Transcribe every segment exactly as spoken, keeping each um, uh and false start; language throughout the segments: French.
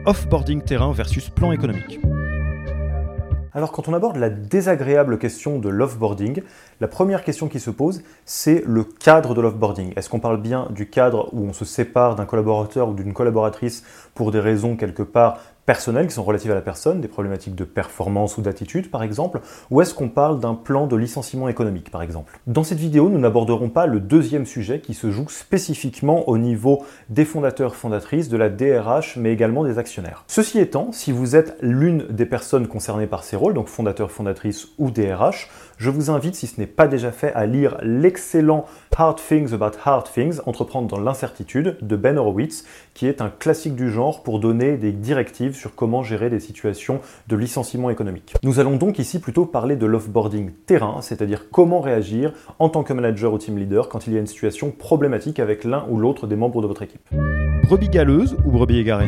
Offboarding terrain versus plan économique. Alors quand on aborde la désagréable question de l'offboarding, la première question qui se pose, c'est le cadre de l'offboarding. Est-ce qu'on parle bien du cadre où on se sépare d'un collaborateur ou d'une collaboratrice pour des raisons quelque part personnelles qui sont relatives à la personne, des problématiques de performance ou d'attitude par exemple, ou est-ce qu'on parle d'un plan de licenciement économique par exemple? Dans cette vidéo, nous n'aborderons pas le deuxième sujet qui se joue spécifiquement au niveau des fondateurs fondatrices, de la D R H, mais également des actionnaires. Ceci étant, si vous êtes l'une des personnes concernées par ces rôles, donc fondateur, fondatrice ou D R H, je vous invite, si ce n'est pas déjà fait, à lire l'excellent Hard Things About Hard Things, Entreprendre dans l'incertitude de Ben Horowitz, qui est un classique du genre pour donner des directives sur comment gérer des situations de licenciement économique. Nous allons donc ici plutôt parler de l'offboarding terrain, c'est-à-dire comment réagir en tant que manager ou team leader quand il y a une situation problématique avec l'un ou l'autre des membres de votre équipe. Brebis galeuse ou brebis égarée?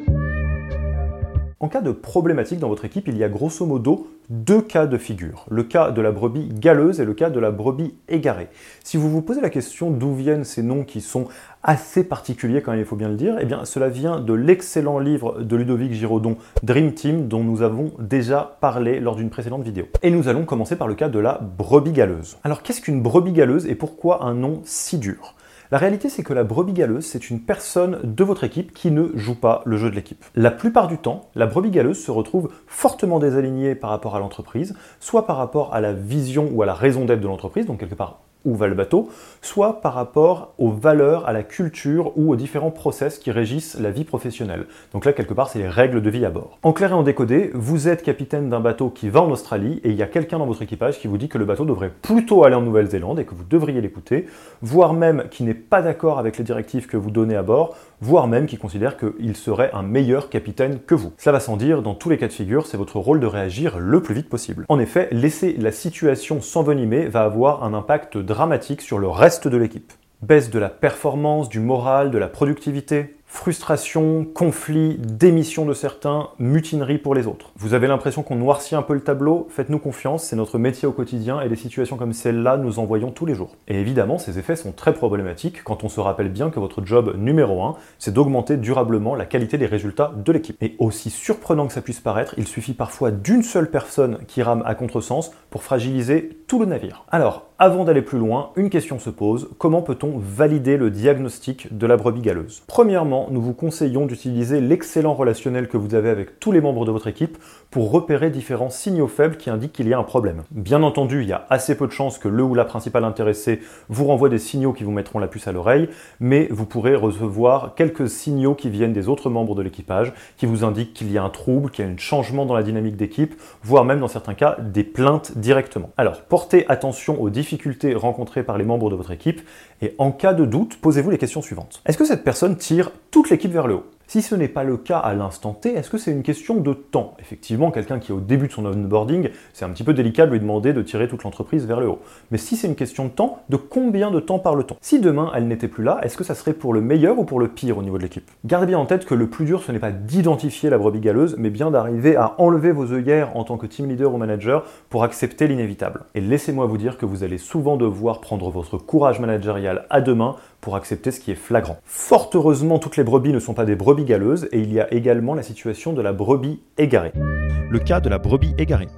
En cas de problématique dans votre équipe, il y a grosso modo deux cas de figure. Le cas de la brebis galeuse et le cas de la brebis égarée. Si vous vous posez la question d'où viennent ces noms qui sont assez particuliers quand même, il faut bien le dire, eh bien cela vient de l'excellent livre de Ludovic Giraudon, Dream Team, dont nous avons déjà parlé lors d'une précédente vidéo. Et nous allons commencer par le cas de la brebis galeuse. Alors qu'est-ce qu'une brebis galeuse et pourquoi un nom si dur ? La réalité, c'est que la brebis galeuse, c'est une personne de votre équipe qui ne joue pas le jeu de l'équipe. La plupart du temps, la brebis galeuse se retrouve fortement désalignée par rapport à l'entreprise, soit par rapport à la vision ou à la raison d'être de l'entreprise, donc quelque part où va le bateau, soit par rapport aux valeurs, à la culture ou aux différents process qui régissent la vie professionnelle. Donc là, quelque part, c'est les règles de vie à bord. En clair et en décodé, vous êtes capitaine d'un bateau qui va en Australie et il y a quelqu'un dans votre équipage qui vous dit que le bateau devrait plutôt aller en Nouvelle-Zélande et que vous devriez l'écouter, voire même qui n'est pas d'accord avec les directives que vous donnez à bord, voire même qui considère qu'il serait un meilleur capitaine que vous. Cela va sans dire, dans tous les cas de figure, c'est votre rôle de réagir le plus vite possible. En effet, laisser la situation s'envenimer va avoir un impact dramatique sur le reste de l'équipe. Baisse de la performance, du moral, de la productivité, frustration, conflit, démission de certains, mutinerie pour les autres. Vous avez l'impression qu'on noircit un peu le tableau? Faites-nous confiance, c'est notre métier au quotidien et des situations comme celle-là, nous en voyons tous les jours. Et évidemment, ces effets sont très problématiques quand on se rappelle bien que votre job numéro un, c'est d'augmenter durablement la qualité des résultats de l'équipe. Et aussi surprenant que ça puisse paraître, il suffit parfois d'une seule personne qui rame à contresens pour fragiliser tout le navire. Alors, avant d'aller plus loin, une question se pose, comment peut-on valider le diagnostic de la brebis galeuse? Premièrement, nous vous conseillons d'utiliser l'excellent relationnel que vous avez avec tous les membres de votre équipe pour repérer différents signaux faibles qui indiquent qu'il y a un problème. Bien entendu, il y a assez peu de chances que le ou la principale intéressée vous renvoie des signaux qui vous mettront la puce à l'oreille, mais vous pourrez recevoir quelques signaux qui viennent des autres membres de l'équipage, qui vous indiquent qu'il y a un trouble, qu'il y a un changement dans la dynamique d'équipe, voire même dans certains cas des plaintes directement. Alors, portez attention aux difficultés rencontrées par les membres de votre équipe et en cas de doute, posez-vous les questions suivantes. Est-ce que cette personne tire toute l'équipe vers le haut? Si ce n'est pas le cas à l'instant T, est-ce que c'est une question de temps? Effectivement, quelqu'un qui est au début de son onboarding, c'est un petit peu délicat de lui demander de tirer toute l'entreprise vers le haut. Mais si c'est une question de temps, de combien de temps parle-t-on? Si demain elle n'était plus là, est-ce que ça serait pour le meilleur ou pour le pire au niveau de l'équipe? Gardez bien en tête que le plus dur, ce n'est pas d'identifier la brebis galeuse, mais bien d'arriver à enlever vos œillères en tant que team leader ou manager pour accepter l'inévitable. Et laissez-moi vous dire que vous allez souvent devoir prendre votre courage managérial à deux mains pour accepter ce qui est flagrant. Fort heureusement, toutes les brebis ne sont pas des brebis galeuses et il y a également la situation de la brebis égarée. Le cas de la brebis égarée.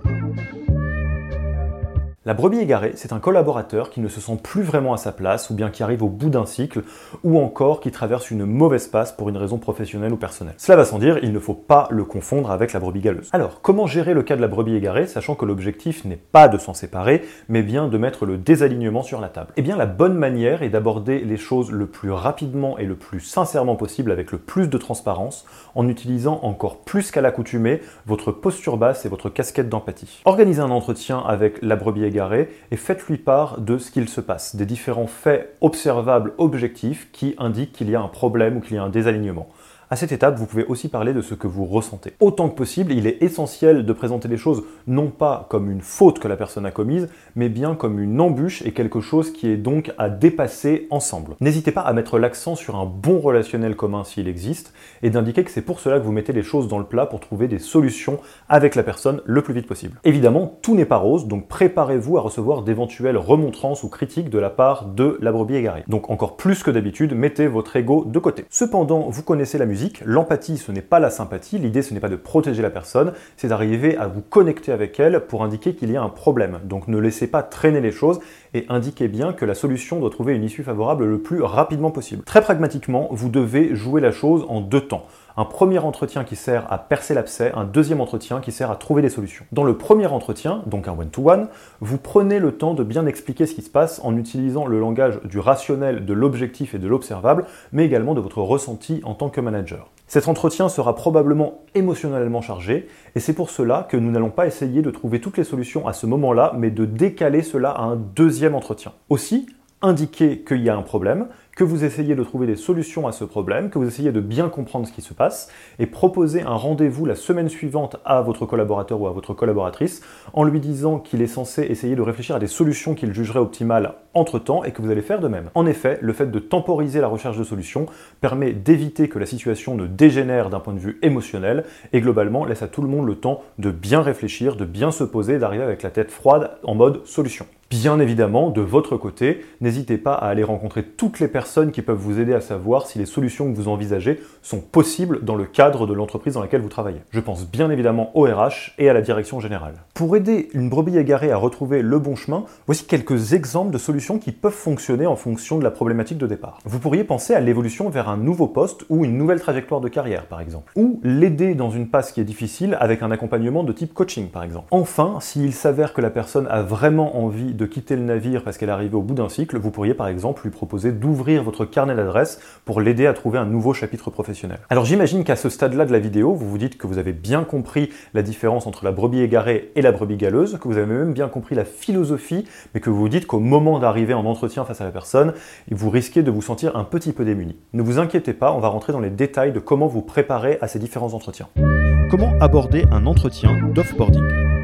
La brebis égarée, c'est un collaborateur qui ne se sent plus vraiment à sa place ou bien qui arrive au bout d'un cycle ou encore qui traverse une mauvaise passe pour une raison professionnelle ou personnelle. Cela va sans dire, il ne faut pas le confondre avec la brebis galeuse. Alors, comment gérer le cas de la brebis égarée, sachant que l'objectif n'est pas de s'en séparer, mais bien de mettre le désalignement sur la table? Eh bien, la bonne manière est d'aborder les choses le plus rapidement et le plus sincèrement possible avec le plus de transparence, en utilisant encore plus qu'à l'accoutumée votre posture basse et votre casquette d'empathie. Organisez un entretien avec la brebis égarée et faites-lui part de ce qu'il se passe, des différents faits observables, objectifs qui indiquent qu'il y a un problème ou qu'il y a un désalignement. À cette étape, vous pouvez aussi parler de ce que vous ressentez. Autant que possible, il est essentiel de présenter les choses non pas comme une faute que la personne a commise, mais bien comme une embûche et quelque chose qui est donc à dépasser ensemble. N'hésitez pas à mettre l'accent sur un bon relationnel commun s'il existe, et d'indiquer que c'est pour cela que vous mettez les choses dans le plat pour trouver des solutions avec la personne le plus vite possible. Évidemment, tout n'est pas rose, donc préparez-vous à recevoir d'éventuelles remontrances ou critiques de la part de la brebis égarée. Donc encore plus que d'habitude, mettez votre ego de côté. Cependant, vous connaissez la musique musique. L'empathie, ce n'est pas la sympathie. L'idée, ce n'est pas de protéger la personne, c'est d'arriver à vous connecter avec elle pour indiquer qu'il y a un problème. Donc ne laissez pas traîner les choses et indiquez bien que la solution doit trouver une issue favorable le plus rapidement possible. Très pragmatiquement, vous devez jouer la chose en deux temps. Un premier entretien qui sert à percer l'abcès, un deuxième entretien qui sert à trouver des solutions. Dans le premier entretien, donc un one-to-one, vous prenez le temps de bien expliquer ce qui se passe en utilisant le langage du rationnel, de l'objectif et de l'observable, mais également de votre ressenti en tant que manager. Cet entretien sera probablement émotionnellement chargé, et c'est pour cela que nous n'allons pas essayer de trouver toutes les solutions à ce moment-là, mais de décaler cela à un deuxième entretien. Aussi, indiquez qu'il y a un problème, que vous essayez de trouver des solutions à ce problème, que vous essayez de bien comprendre ce qui se passe, et proposez un rendez-vous la semaine suivante à votre collaborateur ou à votre collaboratrice en lui disant qu'il est censé essayer de réfléchir à des solutions qu'il jugerait optimales entre-temps et que vous allez faire de même. En effet, le fait de temporiser la recherche de solutions permet d'éviter que la situation ne dégénère d'un point de vue émotionnel et globalement laisse à tout le monde le temps de bien réfléchir, de bien se poser, d'arriver avec la tête froide en mode solution. Bien évidemment, de votre côté, n'hésitez pas à aller rencontrer toutes les personnes qui peuvent vous aider à savoir si les solutions que vous envisagez sont possibles dans le cadre de l'entreprise dans laquelle vous travaillez. Je pense bien évidemment au R H et à la direction générale. Pour aider une brebis égarée à retrouver le bon chemin, voici quelques exemples de solutions qui peuvent fonctionner en fonction de la problématique de départ. Vous pourriez penser à l'évolution vers un nouveau poste ou une nouvelle trajectoire de carrière, par exemple. Ou l'aider dans une passe qui est difficile avec un accompagnement de type coaching, par exemple. Enfin, s'il s'avère que la personne a vraiment envie de quitter le navire parce qu'elle est arrivée au bout d'un cycle, vous pourriez par exemple lui proposer d'ouvrir votre carnet d'adresses pour l'aider à trouver un nouveau chapitre professionnel. Alors j'imagine qu'à ce stade-là de la vidéo, vous vous dites que vous avez bien compris la différence entre la brebis égarée et la brebis galeuse, que vous avez même bien compris la philosophie, mais que vous vous dites qu'au moment d'arriver en entretien face à la personne, vous risquez de vous sentir un petit peu démuni. Ne vous inquiétez pas, on va rentrer dans les détails de comment vous préparer à ces différents entretiens. Comment aborder un entretien d'offboarding ?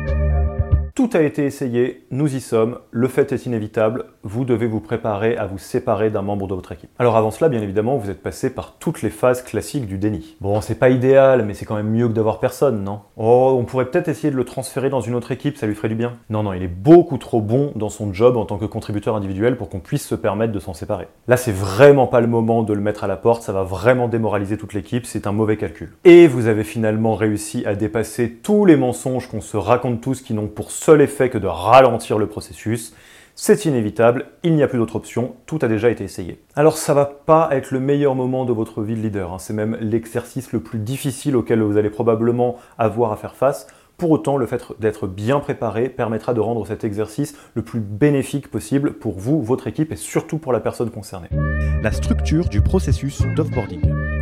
Tout a été essayé, nous y sommes, le fait est inévitable, vous devez vous préparer à vous séparer d'un membre de votre équipe. Alors avant cela, bien évidemment, vous êtes passé par toutes les phases classiques du déni. Bon, c'est pas idéal, mais c'est quand même mieux que d'avoir personne, non? Oh, on pourrait peut-être essayer de le transférer dans une autre équipe, ça lui ferait du bien. Non, non, il est beaucoup trop bon dans son job en tant que contributeur individuel pour qu'on puisse se permettre de s'en séparer. Là, c'est vraiment pas le moment de le mettre à la porte, ça va vraiment démoraliser toute l'équipe, c'est un mauvais calcul. Et vous avez finalement réussi à dépasser tous les mensonges qu'on se raconte tous qui n'ont pour seul effet que de ralentir le processus. C'est inévitable, il n'y a plus d'autre option, tout a déjà été essayé. Alors ça va pas être le meilleur moment de votre vie de leader, hein. C'est même l'exercice le plus difficile auquel vous allez probablement avoir à faire face. Pour autant, le fait d'être bien préparé permettra de rendre cet exercice le plus bénéfique possible pour vous, votre équipe et surtout pour la personne concernée. La structure du processus d'offboarding.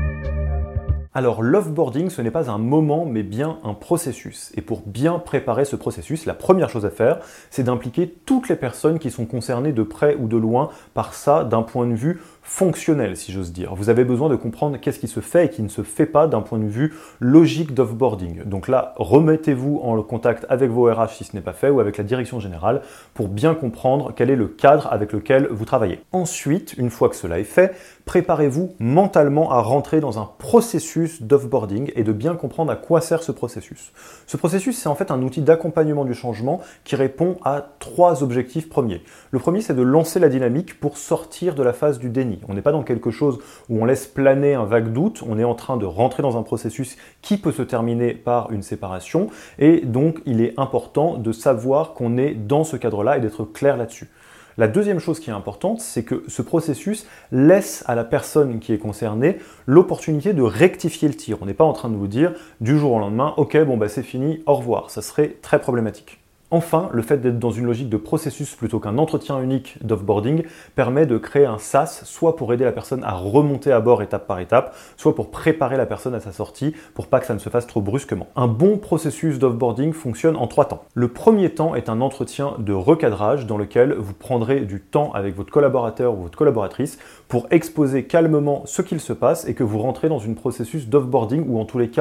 Alors l'offboarding, ce n'est pas un moment, mais bien un processus. Et pour bien préparer ce processus, la première chose à faire, c'est d'impliquer toutes les personnes qui sont concernées de près ou de loin par ça d'un point de vue fonctionnel, si j'ose dire. Vous avez besoin de comprendre qu'est-ce qui se fait et qui ne se fait pas d'un point de vue logique d'offboarding. Donc là, remettez-vous en contact avec vos R H si ce n'est pas fait ou avec la direction générale pour bien comprendre quel est le cadre avec lequel vous travaillez. Ensuite, une fois que cela est fait, préparez-vous mentalement à rentrer dans un processus d'offboarding et de bien comprendre à quoi sert ce processus. Ce processus, c'est en fait un outil d'accompagnement du changement qui répond à trois objectifs premiers. Le premier, c'est de lancer la dynamique pour sortir de la phase du déni. On n'est pas dans quelque chose où on laisse planer un vague doute, on est en train de rentrer dans un processus qui peut se terminer par une séparation et donc il est important de savoir qu'on est dans ce cadre-là et d'être clair là-dessus. La deuxième chose qui est importante, c'est que ce processus laisse à la personne qui est concernée l'opportunité de rectifier le tir. On n'est pas en train de vous dire du jour au lendemain, ok, bon bah c'est fini, au revoir. Ça serait très problématique. Enfin, le fait d'être dans une logique de processus plutôt qu'un entretien unique d'offboarding permet de créer un sas, soit pour aider la personne à remonter à bord étape par étape, soit pour préparer la personne à sa sortie pour pas que ça ne se fasse trop brusquement. Un bon processus d'offboarding fonctionne en trois temps. Le premier temps est un entretien de recadrage dans lequel vous prendrez du temps avec votre collaborateur ou votre collaboratrice pour exposer calmement ce qu'il se passe et que vous rentrez dans un processus d'offboarding ou en tous les cas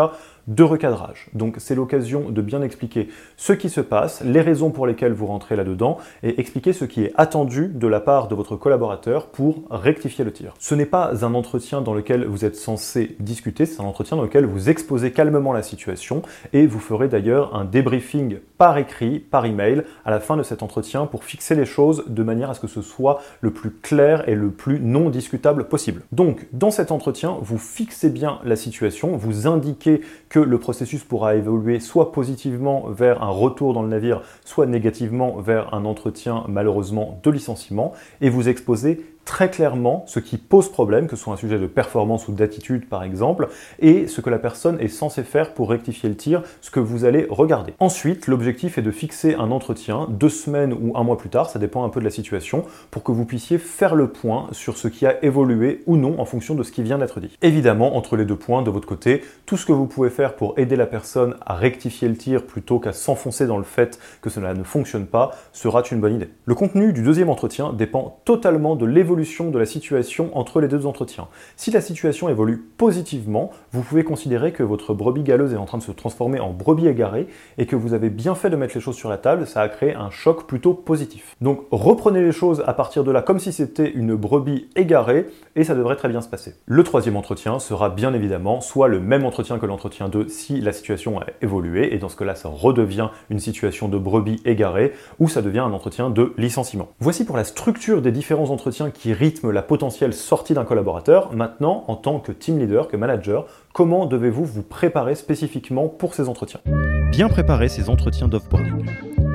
de recadrage. Donc c'est l'occasion de bien expliquer ce qui se passe, les raisons pour lesquelles vous rentrez là-dedans et expliquer ce qui est attendu de la part de votre collaborateur pour rectifier le tir. Ce n'est pas un entretien dans lequel vous êtes censé discuter, c'est un entretien dans lequel vous exposez calmement la situation et vous ferez d'ailleurs un débriefing par écrit, par email à la fin de cet entretien pour fixer les choses de manière à ce que ce soit le plus clair et le plus non discutable possible. Donc dans cet entretien, vous fixez bien la situation, vous indiquez que le processus pourra évoluer soit positivement vers un retour dans le navire, soit négativement vers un entretien malheureusement de licenciement, et vous exposez très clairement ce qui pose problème, que ce soit un sujet de performance ou d'attitude par exemple, et ce que la personne est censée faire pour rectifier le tir, ce que vous allez regarder. Ensuite, l'objectif est de fixer un entretien deux semaines ou un mois plus tard, ça dépend un peu de la situation, pour que vous puissiez faire le point sur ce qui a évolué ou non en fonction de ce qui vient d'être dit. Évidemment, entre les deux points, de votre côté, tout ce que vous pouvez faire pour aider la personne à rectifier le tir plutôt qu'à s'enfoncer dans le fait que cela ne fonctionne pas sera une bonne idée. Le contenu du deuxième entretien dépend totalement de l'évolution de la situation entre les deux entretiens. Si la situation évolue positivement, vous pouvez considérer que votre brebis galeuse est en train de se transformer en brebis égarée et que vous avez bien fait de mettre les choses sur la table, ça a créé un choc plutôt positif. Donc reprenez les choses à partir de là comme si c'était une brebis égarée et ça devrait très bien se passer. Le troisième entretien sera bien évidemment soit le même entretien que l'entretien deux si la situation a évolué et dans ce cas-là ça redevient une situation de brebis égarée ou ça devient un entretien de licenciement. Voici pour la structure des différents entretiens qui qui rythme la potentielle sortie d'un collaborateur. Maintenant, en tant que team leader, que manager, comment devez-vous vous préparer spécifiquement pour ces entretiens? Bien préparer ces entretiens d'offboarding.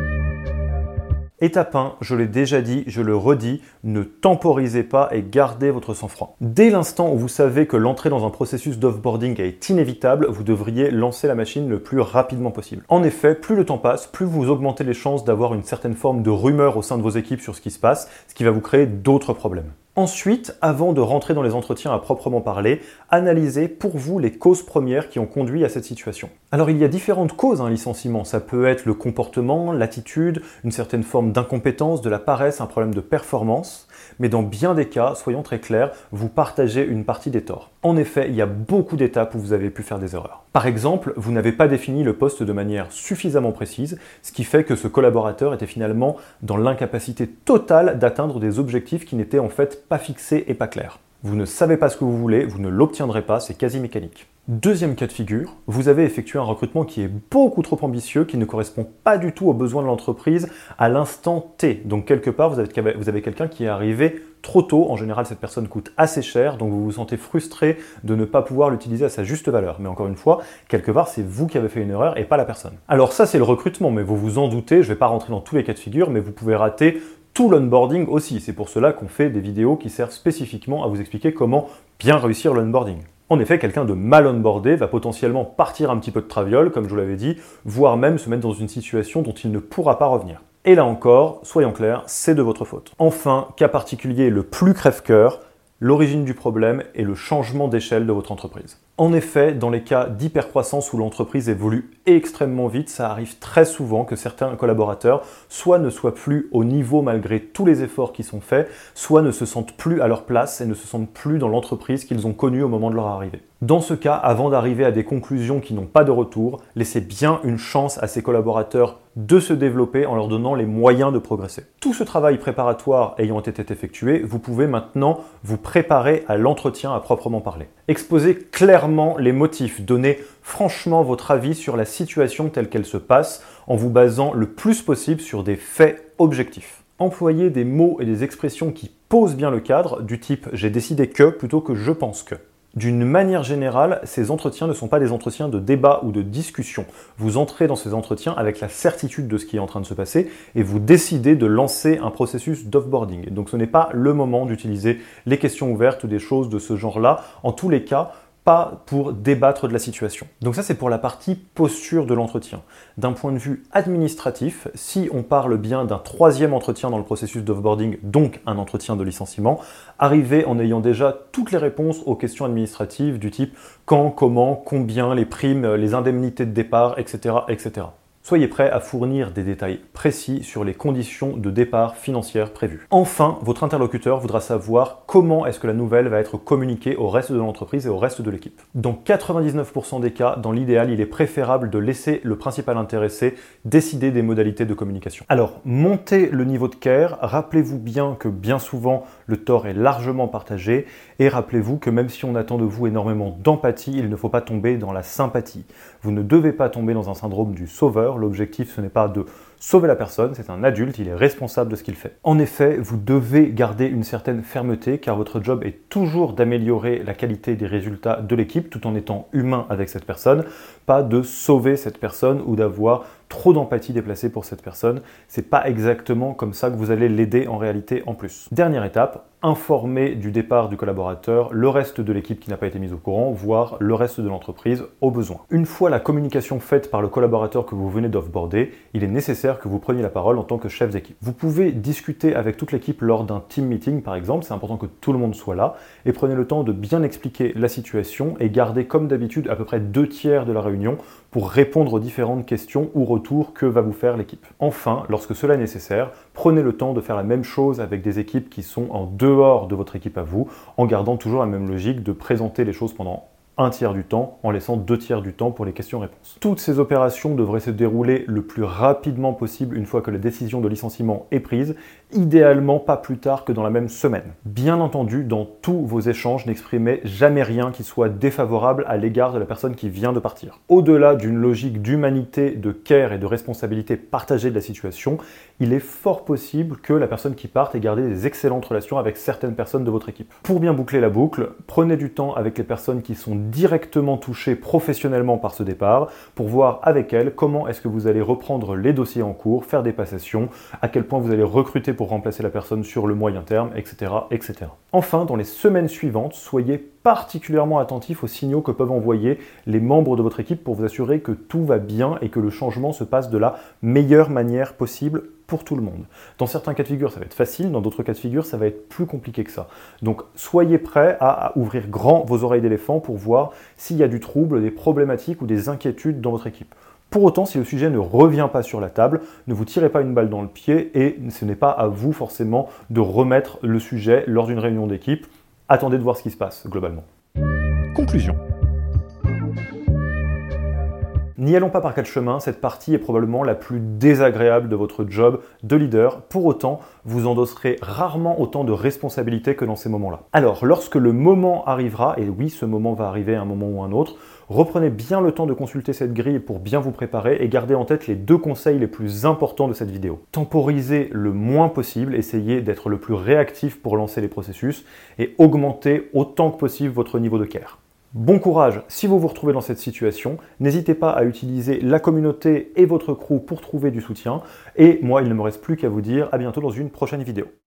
Étape un, je l'ai déjà dit, je le redis, ne temporisez pas et gardez votre sang-froid. Dès l'instant où vous savez que l'entrée dans un processus d'offboarding est inévitable, vous devriez lancer la machine le plus rapidement possible. En effet, plus le temps passe, plus vous augmentez les chances d'avoir une certaine forme de rumeur au sein de vos équipes sur ce qui se passe, ce qui va vous créer d'autres problèmes. Ensuite, avant de rentrer dans les entretiens à proprement parler, analysez pour vous les causes premières qui ont conduit à cette situation. Alors il y a différentes causes à un licenciement, ça peut être le comportement, l'attitude, une certaine forme d'incompétence, de la paresse, un problème de performance, mais dans bien des cas, soyons très clairs, vous partagez une partie des torts. En effet, il y a beaucoup d'étapes où vous avez pu faire des erreurs. Par exemple, vous n'avez pas défini le poste de manière suffisamment précise, ce qui fait que ce collaborateur était finalement dans l'incapacité totale d'atteindre des objectifs qui n'étaient en fait pas fixés et pas clairs. Vous ne savez pas ce que vous voulez, vous ne l'obtiendrez pas, c'est quasi mécanique. Deuxième cas de figure, vous avez effectué un recrutement qui est beaucoup trop ambitieux, qui ne correspond pas du tout aux besoins de l'entreprise à l'instant T. Donc quelque part, vous avez, vous avez quelqu'un qui est arrivé trop tôt. En général, cette personne coûte assez cher, donc vous vous sentez frustré de ne pas pouvoir l'utiliser à sa juste valeur. Mais encore une fois, quelque part, c'est vous qui avez fait une erreur et pas la personne. Alors ça, c'est le recrutement, mais vous vous en doutez, je ne vais pas rentrer dans tous les cas de figure, mais vous pouvez rater tout l'onboarding aussi. C'est pour cela qu'on fait des vidéos qui servent spécifiquement à vous expliquer comment bien réussir l'onboarding. En effet, quelqu'un de mal onboardé va potentiellement partir un petit peu de traviole, comme je vous l'avais dit, voire même se mettre dans une situation dont il ne pourra pas revenir. Et là encore, soyons clairs, c'est de votre faute. Enfin, cas particulier le plus crève-cœur, l'origine du problème est le changement d'échelle de votre entreprise. En effet, dans les cas d'hypercroissance où l'entreprise évolue extrêmement vite, ça arrive très souvent que certains collaborateurs soit ne soient plus au niveau malgré tous les efforts qui sont faits, soit ne se sentent plus à leur place et ne se sentent plus dans l'entreprise qu'ils ont connue au moment de leur arrivée. Dans ce cas, avant d'arriver à des conclusions qui n'ont pas de retour, laissez bien une chance à ces collaborateurs de se développer en leur donnant les moyens de progresser. Tout ce travail préparatoire ayant été effectué, vous pouvez maintenant vous préparer à l'entretien à proprement parler. Exposez clairement les motifs, donnez franchement votre avis sur la situation telle qu'elle se passe en vous basant le plus possible sur des faits objectifs. Employez des mots et des expressions qui posent bien le cadre, du type « j'ai décidé que » plutôt que « je pense que ». D'une manière générale, ces entretiens ne sont pas des entretiens de débat ou de discussion. Vous entrez dans ces entretiens avec la certitude de ce qui est en train de se passer et vous décidez de lancer un processus d'offboarding. Donc ce n'est pas le moment d'utiliser les questions ouvertes ou des choses de ce genre-là. En tous les cas, pas pour débattre de la situation. Donc ça, c'est pour la partie posture de l'entretien. D'un point de vue administratif, si on parle bien d'un troisième entretien dans le processus d'offboarding, donc un entretien de licenciement, arrivez en ayant déjà toutes les réponses aux questions administratives du type quand, comment, combien, les primes, les indemnités de départ, et cetera, et cetera. Soyez prêt à fournir des détails précis sur les conditions de départ financières prévues. Enfin, votre interlocuteur voudra savoir comment est-ce que la nouvelle va être communiquée au reste de l'entreprise et au reste de l'équipe. Dans quatre-vingt-dix-neuf pour cent des cas, dans l'idéal, il est préférable de laisser le principal intéressé décider des modalités de communication. Alors, montez le niveau de care, rappelez-vous bien que bien souvent, le tort est largement partagé, et rappelez-vous que même si on attend de vous énormément d'empathie, il ne faut pas tomber dans la sympathie. Vous ne devez pas tomber dans un syndrome du sauveur. L'objectif, ce n'est pas de sauver la personne, c'est un adulte, il est responsable de ce qu'il fait. En effet, vous devez garder une certaine fermeté car votre job est toujours d'améliorer la qualité des résultats de l'équipe tout en étant humain avec cette personne, pas de sauver cette personne ou d'avoir trop d'empathie déplacée pour cette personne. C'est pas exactement comme ça que vous allez l'aider en réalité en plus. Dernière étape, informer du départ du collaborateur le reste de l'équipe qui n'a pas été mise au courant, voire le reste de l'entreprise au besoin. Une fois la communication faite par le collaborateur que vous venez d'offboarder, il est nécessaire que vous preniez la parole en tant que chef d'équipe. Vous pouvez discuter avec toute l'équipe lors d'un team meeting par exemple, c'est important que tout le monde soit là, et prenez le temps de bien expliquer la situation et gardez comme d'habitude à peu près deux tiers de la réunion pour répondre aux différentes questions ou retours que va vous faire l'équipe. Enfin, lorsque cela est nécessaire, prenez le temps de faire la même chose avec des équipes qui sont en dehors de votre équipe à vous, en gardant toujours la même logique de présenter les choses pendant un tiers du temps, en laissant deux tiers du temps pour les questions-réponses. Toutes ces opérations devraient se dérouler le plus rapidement possible une fois que la décision de licenciement est prise, idéalement pas plus tard que dans la même semaine. Bien entendu, dans tous vos échanges, n'exprimez jamais rien qui soit défavorable à l'égard de la personne qui vient de partir. Au-delà d'une logique d'humanité, de care et de responsabilité partagée de la situation, il est fort possible que la personne qui parte ait gardé des excellentes relations avec certaines personnes de votre équipe. Pour bien boucler la boucle, prenez du temps avec les personnes qui sont directement touchées professionnellement par ce départ pour voir avec elles comment est-ce que vous allez reprendre les dossiers en cours, faire des passations, à quel point vous allez recruter pour remplacer la personne sur le moyen terme, et cetera, et cetera. Enfin, dans les semaines suivantes, soyez particulièrement attentif aux signaux que peuvent envoyer les membres de votre équipe pour vous assurer que tout va bien et que le changement se passe de la meilleure manière possible pour tout le monde. Dans certains cas de figure, ça va être facile, dans d'autres cas de figure, ça va être plus compliqué que ça. Donc, soyez prêts à, à ouvrir grand vos oreilles d'éléphant pour voir s'il y a du trouble, des problématiques ou des inquiétudes dans votre équipe. Pour autant, si le sujet ne revient pas sur la table, ne vous tirez pas une balle dans le pied et ce n'est pas à vous forcément de remettre le sujet lors d'une réunion d'équipe. Attendez de voir ce qui se passe, globalement. Conclusion. N'y allons pas par quatre chemins, cette partie est probablement la plus désagréable de votre job de leader. Pour autant, vous endosserez rarement autant de responsabilités que dans ces moments-là. Alors, lorsque le moment arrivera, et oui, ce moment va arriver à un moment ou un autre, reprenez bien le temps de consulter cette grille pour bien vous préparer et gardez en tête les deux conseils les plus importants de cette vidéo. Temporisez le moins possible, essayez d'être le plus réactif pour lancer les processus et augmentez autant que possible votre niveau de care. Bon courage si vous vous retrouvez dans cette situation, n'hésitez pas à utiliser la communauté et votre crew pour trouver du soutien, et moi il ne me reste plus qu'à vous dire à bientôt dans une prochaine vidéo.